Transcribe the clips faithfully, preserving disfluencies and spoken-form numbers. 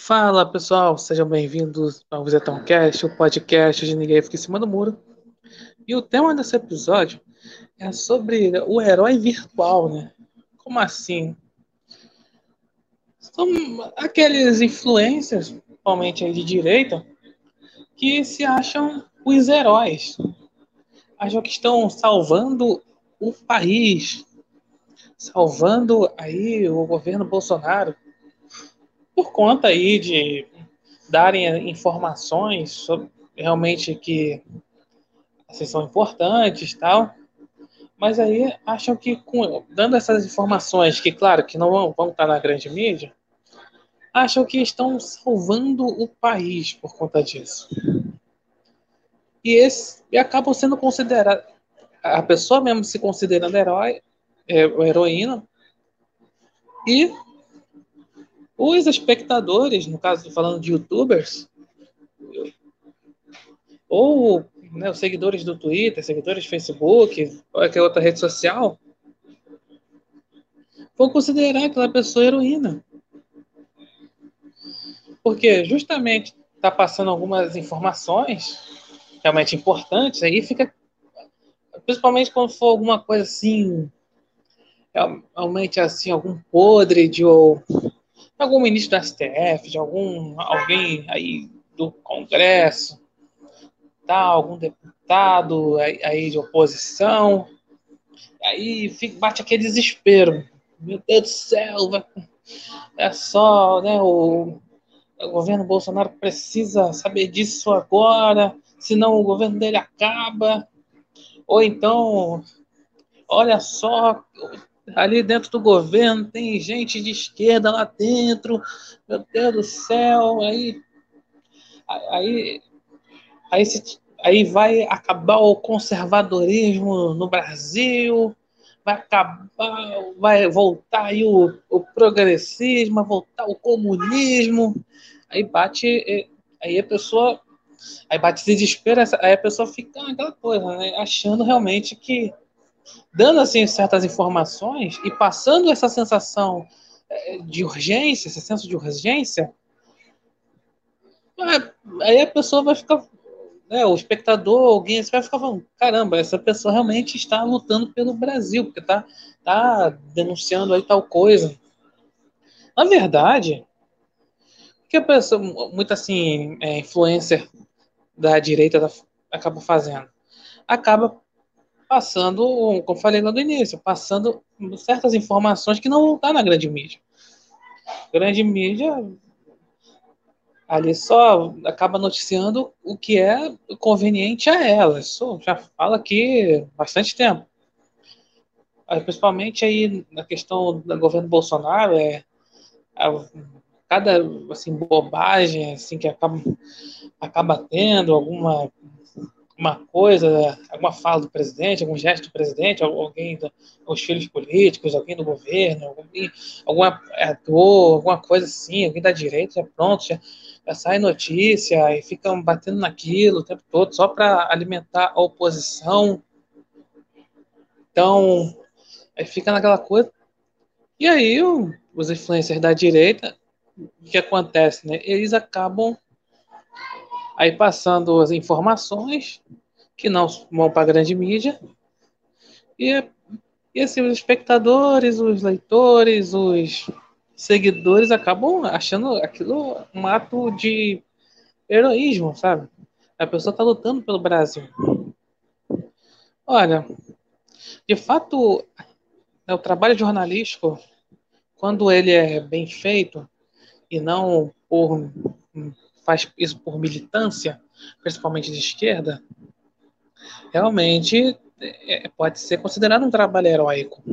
Fala pessoal, sejam bem-vindos ao Vizetão Cast, o podcast de Ninguém Fica em Cima do Muro. E o tema desse episódio é sobre o herói virtual, né? Como assim? São aqueles influencers, principalmente aí de direita, que se acham os heróis. Acham que estão salvando o país, salvando aí o governo Bolsonaro, por conta aí de darem informações sobre, realmente que assim, são importantes tal, mas aí acham que com, dando essas informações, que claro que não vão, vão estar na grande mídia, acham que estão salvando o país por conta disso. E, esse, e acabam sendo considerados, a pessoa mesmo se considerando herói, é, heroína, e os espectadores, no caso falando de youtubers, ou né, os seguidores do Twitter, seguidores do Facebook, qualquer outra rede social, vão considerar aquela pessoa heroína. Porque justamente está passando algumas informações realmente importantes, aí fica, principalmente quando for alguma coisa assim, realmente assim, algum podre de ou, algum ministro da S T F, de algum alguém aí do Congresso, tá, algum deputado aí, aí de oposição, aí fica, bate aquele desespero. Meu Deus do céu, vai, é só, né, o o governo Bolsonaro precisa saber disso agora, senão o governo dele acaba. Ou então, olha só, ali dentro do governo tem gente de esquerda lá dentro, meu Deus do céu, aí, aí, aí, se, aí vai acabar o conservadorismo no Brasil, vai acabar, vai voltar aí o, o progressismo, vai voltar o comunismo, aí bate, aí a pessoa Aí bate esse desespero, aí a pessoa fica aquela coisa, né? Achando realmente que, dando assim certas informações e passando essa sensação eh, de urgência, esse senso de urgência, aí a pessoa vai ficar, né, o espectador, alguém vai ficar falando, caramba, essa pessoa realmente está lutando pelo Brasil, porque está tá denunciando aí tal coisa. Na verdade, o que a pessoa, muito assim, é, influencer da direita da, acaba fazendo? Acaba passando, como falei lá no início, passando certas informações que não vão estar na grande mídia. A grande mídia ali só acaba noticiando o que é conveniente a ela. Isso já fala aqui há bastante tempo. Principalmente aí na questão do governo Bolsonaro, é a, cada assim, bobagem assim, que acaba, acaba tendo, alguma uma coisa, alguma fala do presidente, algum gesto do presidente, alguém, dos filhos políticos, alguém do governo, alguém, algum ator, alguma coisa assim, alguém da direita, já pronto, já, já sai notícia e ficam batendo naquilo o tempo todo só para alimentar a oposição. Então, aí fica naquela coisa. E aí, o, os influencers da direita, o que acontece, né? Eles acabam aí passando as informações que não vão para a grande mídia e E assim, os espectadores, os leitores, os seguidores acabam achando aquilo um ato de heroísmo, sabe? A pessoa está lutando pelo Brasil. Olha, de fato, o trabalho jornalístico, quando ele é bem feito e não por faz isso por militância, principalmente de esquerda, realmente é, pode ser considerado um trabalho heróico.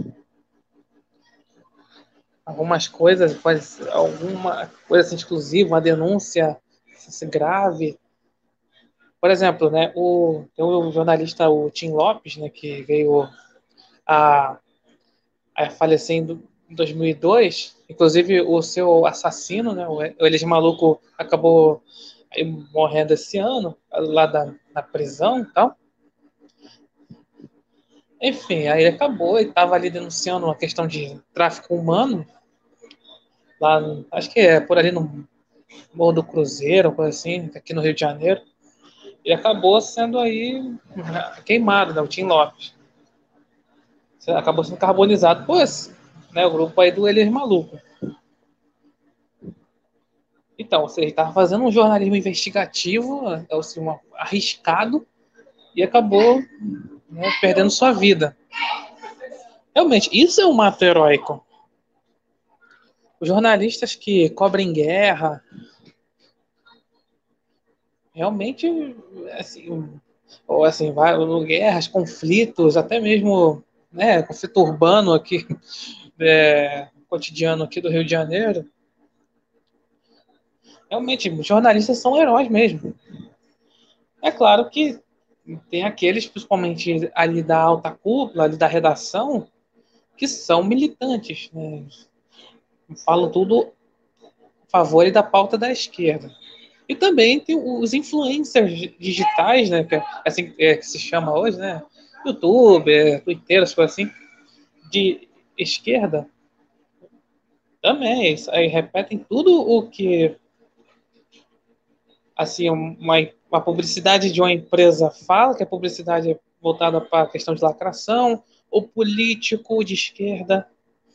Algumas coisas, pode ser alguma coisa assim, exclusiva, uma denúncia assim, grave. Por exemplo, né, o, tem o jornalista o Tim Lopes, né, que veio a, a falecer em dois mil e dois. Inclusive, o seu assassino, né, o Eles Maluco, acabou morrendo esse ano, lá da, na prisão e tal. Enfim, aí ele acabou e estava ali denunciando uma questão de tráfico humano, lá, acho que é por ali no Morro do Cruzeiro, coisa assim, aqui no Rio de Janeiro. E acabou sendo aí queimado, né? O Tim Lopes. Acabou sendo carbonizado. Pô, né, o grupo aí do Eles Maluco. Então, ou seja, ele estava fazendo um jornalismo investigativo, assim, um arriscado, e acabou, né, perdendo sua vida. Realmente, isso é um ato heróico. Os jornalistas que cobrem guerra, realmente, assim, ou assim, vai, guerras, conflitos, até mesmo, né, conflito urbano aqui, é, cotidiano aqui do Rio de Janeiro, realmente, os jornalistas são heróis mesmo. É claro que tem aqueles, principalmente ali da alta cúpula, ali da redação, que são militantes, né? Falam tudo a favor e da pauta da esquerda. E também tem os influencers digitais, né? Que é assim é, que se chama hoje, né? YouTube, é, Twitter, as coisas assim, de esquerda, também. Isso aí repetem tudo o que, assim, uma, uma publicidade de uma empresa fala, que a publicidade é voltada para a questão de lacração, o político de esquerda.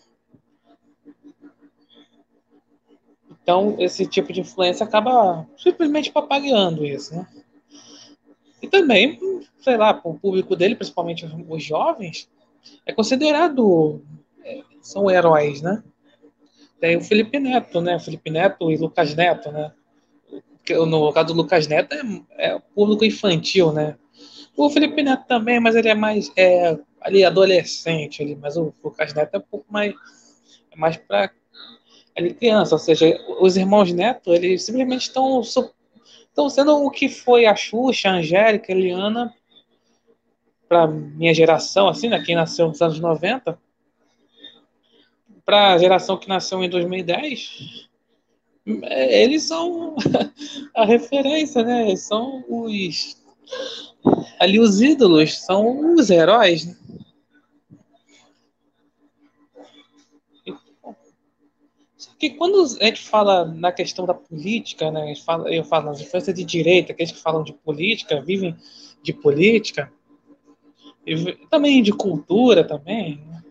Então, esse tipo de influência acaba simplesmente propagando isso, né? E também, sei lá, para o público dele, principalmente os jovens, é considerado, é, são heróis, né? Tem o Felipe Neto, né? Felipe Neto e Lucas Neto, né? Que, no caso do Lucas Neto é, é público infantil, né? O Felipe Neto também, mas ele é mais é, ali adolescente, ali, mas o Lucas Neto é um pouco mais, é mais para ali criança, ou seja, os irmãos Neto, eles simplesmente estão estão sendo o que foi a Xuxa, a Angélica, a Eliana, para minha geração, assim, né, quem nasceu nos anos noventa, para a geração que nasceu em dois mil e dez, eles são a referência, né? Eles são os ali os ídolos, são os heróis, né? Só que quando a gente fala na questão da política, né? A gente fala, eu falo nas influências de direita, aqueles que falam de política, vivem de política, e também de cultura também, né?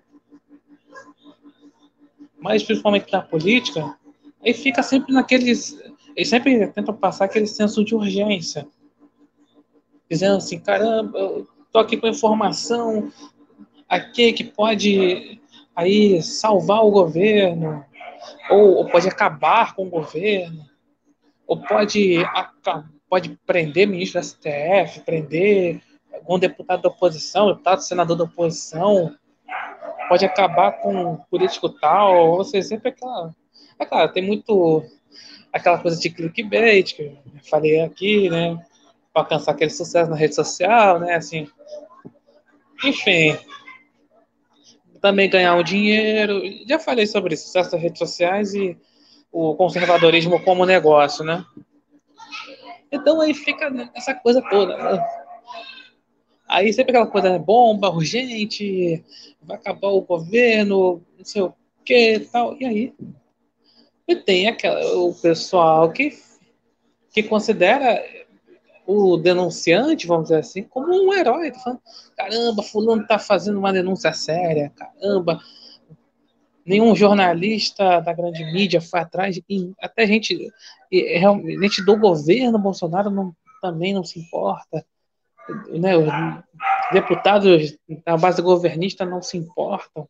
Mas principalmente da política, aí fica sempre naqueles. Eles sempre tentam passar aquele senso de urgência, dizendo assim: caramba, eu tô aqui com informação aqui que pode aí salvar o governo, ou, ou pode acabar com o governo, ou pode, pode prender ministro da S T F, prender algum deputado da oposição, deputado, senador da oposição, pode acabar com um político tal, ou seja, sempre aquela. É claro, tem muito aquela coisa de clickbait, que eu falei aqui, né? Para alcançar aquele sucesso na rede social, né? Assim, enfim, também ganhar um dinheiro. Já falei sobre isso, sucesso das redes sociais e o conservadorismo como negócio, né? Então aí fica essa coisa toda, né? Aí sempre aquela coisa, né? Bomba, urgente, vai acabar o governo, não sei o que tal. E aí e tem aquela, o pessoal que, que considera o denunciante, vamos dizer assim, como um herói. Tá falando, caramba, fulano tá fazendo uma denúncia séria, caramba, nenhum jornalista da grande mídia foi atrás, e até gente, e, realmente do governo Bolsonaro não, também não se importa, né? Os deputados da base governista não se importam.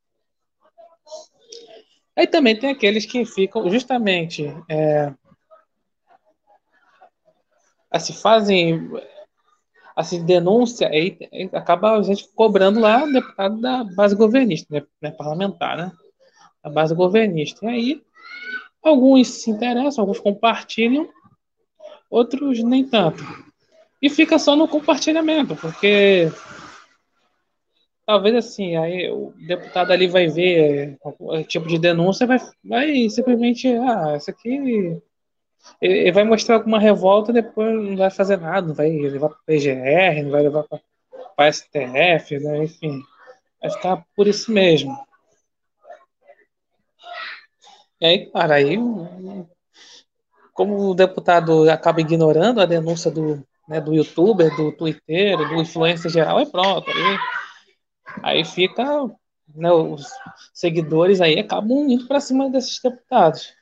Aí também tem aqueles que ficam justamente é, assim, fazem assim, denúncia, aí, aí acaba a gente cobrando lá o deputado da base governista, né, né, parlamentar, né, da base governista. E aí alguns se interessam, alguns compartilham, outros nem tanto. E fica só no compartilhamento, porque talvez assim, aí o deputado ali vai ver o tipo de denúncia, vai, vai simplesmente, ah, isso aqui. Ele vai mostrar alguma revolta, depois não vai fazer nada, não vai levar para o P G R, não vai levar para a S T F, né? Enfim, vai ficar por isso mesmo. E aí, cara, aí como o deputado acaba ignorando a denúncia do, né, do youtuber, do Twitter, do influencer geral, é pronto. Aí, aí fica, né, os seguidores aí acabam indo para cima desses deputados.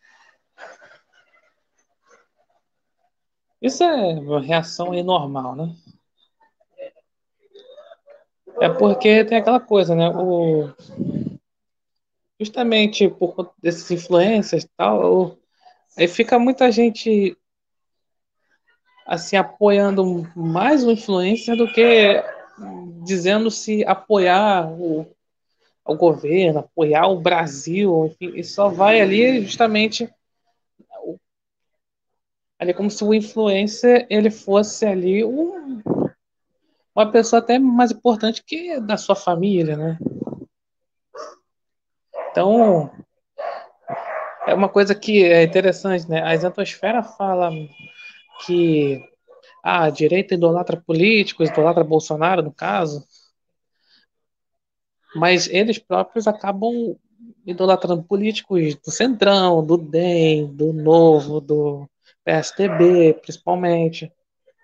Isso é uma reação aí normal, né? É porque tem aquela coisa, né? O, justamente por conta desses influencers e tal, o, aí fica muita gente assim apoiando mais o influencer do que dizendo se apoiar o, o governo, apoiar o Brasil, enfim, e só vai ali justamente ali como se o influencer ele fosse ali um, uma pessoa até mais importante que da sua família, né? Então, é uma coisa que é interessante, né? A isentosfera fala que ah, a direita idolatra políticos, idolatra Bolsonaro, no caso, mas eles próprios acabam idolatrando políticos do Centrão, do D E M, do Novo, do P S D B, principalmente.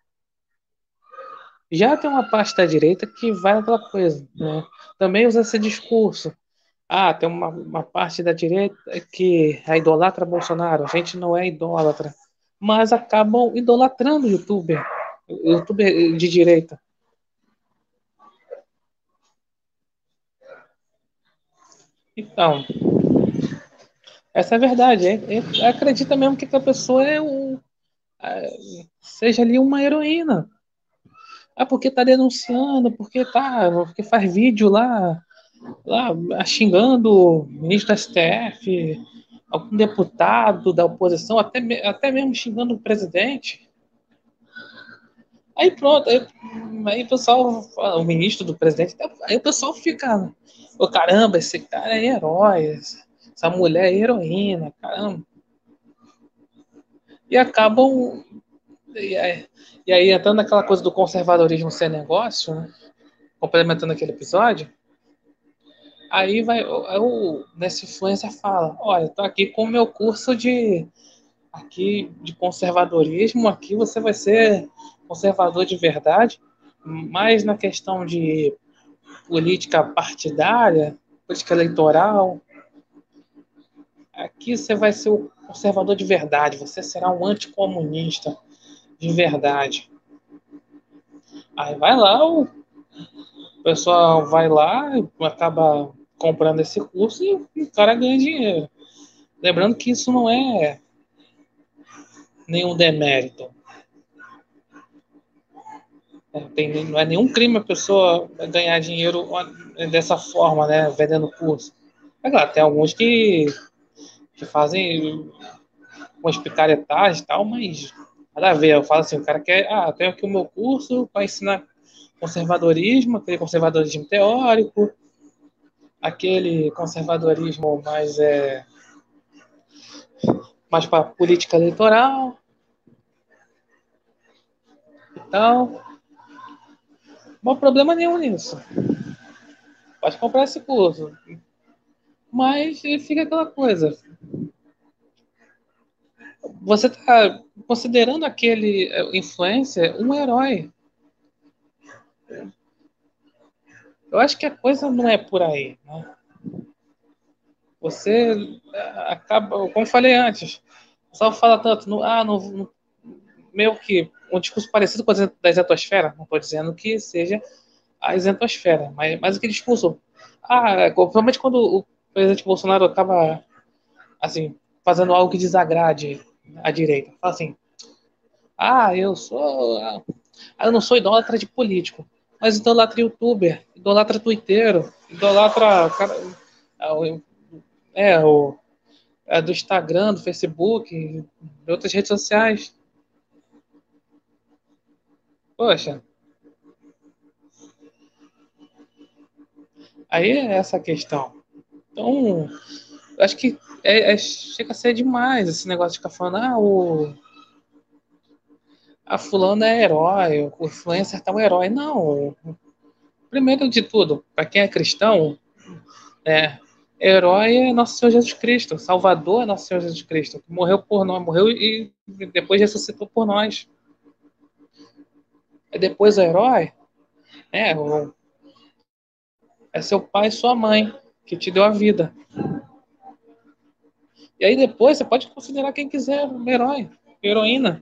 Já tem uma parte da direita que vai naquela coisa, né? Também usa esse discurso. Ah, tem uma, uma parte da direita que é idolatra Bolsonaro. A gente não é idólatra. Mas acabam idolatrando o youtuber. O youtuber de direita. Então, essa é a verdade. É, é, acredita mesmo que a pessoa é um, é, seja ali uma heroína. Ah, porque tá denunciando, porque tá, porque faz vídeo lá, lá xingando o ministro do S T F, algum deputado da oposição, até, até mesmo xingando o presidente. Aí pronto, aí, aí o pessoal, o ministro do presidente, aí o pessoal fica, oh, caramba, esse cara é herói, essa mulher é heroína, caramba. E acabam, e aí, e aí entrando naquela coisa do conservadorismo ser negócio, né? Complementando aquele episódio, aí vai, aí o, nesse influencer fala, olha, tô aqui com o meu curso de aqui de conservadorismo, aqui você vai ser conservador de verdade, mas na questão de política partidária, política eleitoral, aqui você vai ser o conservador de verdade, você será um anticomunista de verdade. Aí vai lá, o pessoal vai lá, acaba comprando esse curso e o cara ganha dinheiro. Lembrando que isso não é nenhum demérito. Tem, não é nenhum crime a pessoa ganhar dinheiro dessa forma, né? Vendendo curso. É claro, tem alguns que, que fazem umas picaretagens e tal, mas nada a ver. Eu falo assim, o cara quer, ah, tenho aqui o meu curso para ensinar conservadorismo, aquele conservadorismo teórico, aquele conservadorismo mais é mais para política eleitoral e tal. Não há problema nenhum nisso. Pode comprar esse curso. Mas fica aquela coisa. Você está considerando aquele influencer um herói. Eu acho que a coisa não é por aí, né? Você acaba, como eu falei antes, só fala tanto, no, ah, no, no, meio que um discurso parecido com a da isentosfera, não estou dizendo que seja a isentosfera, mas, mas aquele discurso, ah, provavelmente quando o presidente Bolsonaro acaba, assim, fazendo algo que desagrade a direita, fala assim, ah, eu sou, ah, eu não sou idólatra de político, mas idolatra youtuber, idolatra twitteiro, idolatra, cara, é, o é, do Instagram, do Facebook, de outras redes sociais. Poxa, aí é essa a questão. Então, eu acho que é, é, chega a ser demais esse negócio de ficar falando, ah, o a fulano é herói, o influencer tá um herói. Não. Primeiro de tudo, para quem é cristão, né? Herói é Nosso Senhor Jesus Cristo. Salvador é Nosso Senhor Jesus Cristo. Que morreu por nós, morreu e depois ressuscitou por nós. E depois o herói é, o- é seu pai e sua mãe, que te deu a vida. E aí depois você pode considerar quem quiser um herói, heroína.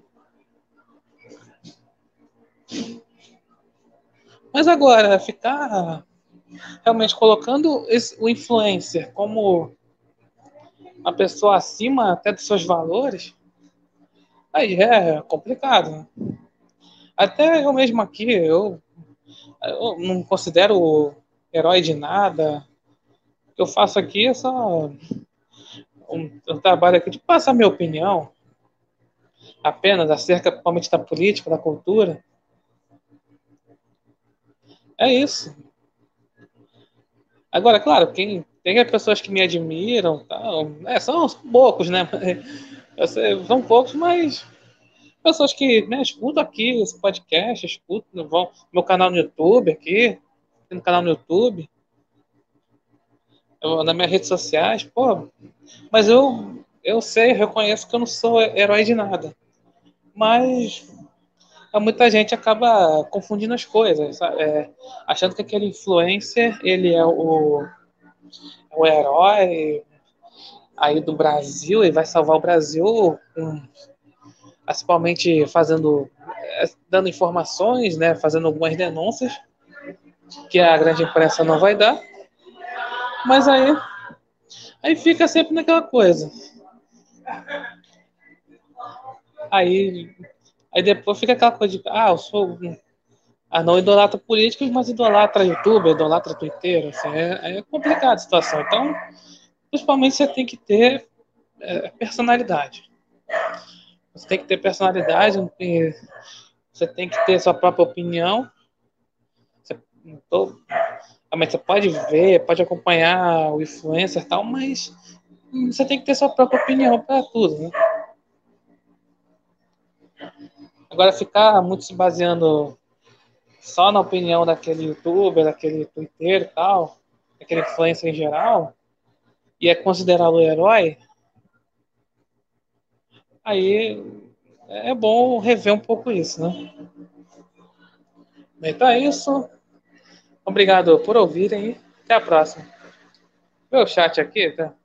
Mas agora, ficar realmente colocando esse, o influencer como uma pessoa acima até dos seus valores, aí é complicado, né? Até eu mesmo aqui, eu, eu não considero herói de nada. O que eu faço aqui é só um, um trabalho aqui de passar minha opinião apenas acerca, principalmente da política, da cultura. É isso. Agora, claro, quem, tem pessoas que me admiram, tal, é, são poucos, né? Eu sei, são poucos, mas pessoas que, né, escutam aqui esse podcast, escutam, vão no meu canal no YouTube aqui, no canal no YouTube, eu, nas minhas redes sociais, pô, mas eu, eu sei, eu reconheço que eu não sou herói de nada. Mas muita gente acaba confundindo as coisas, sabe? É, achando que aquele influencer, ele é o, o herói aí do Brasil e vai salvar o Brasil, um, principalmente fazendo, é, dando informações, né, fazendo algumas denúncias que a grande imprensa não vai dar, mas aí, aí fica sempre naquela coisa. Aí, aí depois fica aquela coisa de, ah, eu sou, ah, não idolatra políticos, mas idolatra youtuber, idolatra twitteiro, assim, é, é complicada a situação. Então, principalmente você tem que ter é, personalidade. Você tem que ter personalidade, você tem que ter sua própria opinião. Você, tô, realmente você pode ver, pode acompanhar o influencer e tal, mas você tem que ter sua própria opinião para tudo, né? Agora, ficar muito se baseando só na opinião daquele youtuber, daquele twitter e tal, daquele influencer em geral, e é considerá-lo herói, aí é bom rever um pouco isso, né? Então é isso. Obrigado por ouvirem e até a próxima. Meu chat aqui, tá?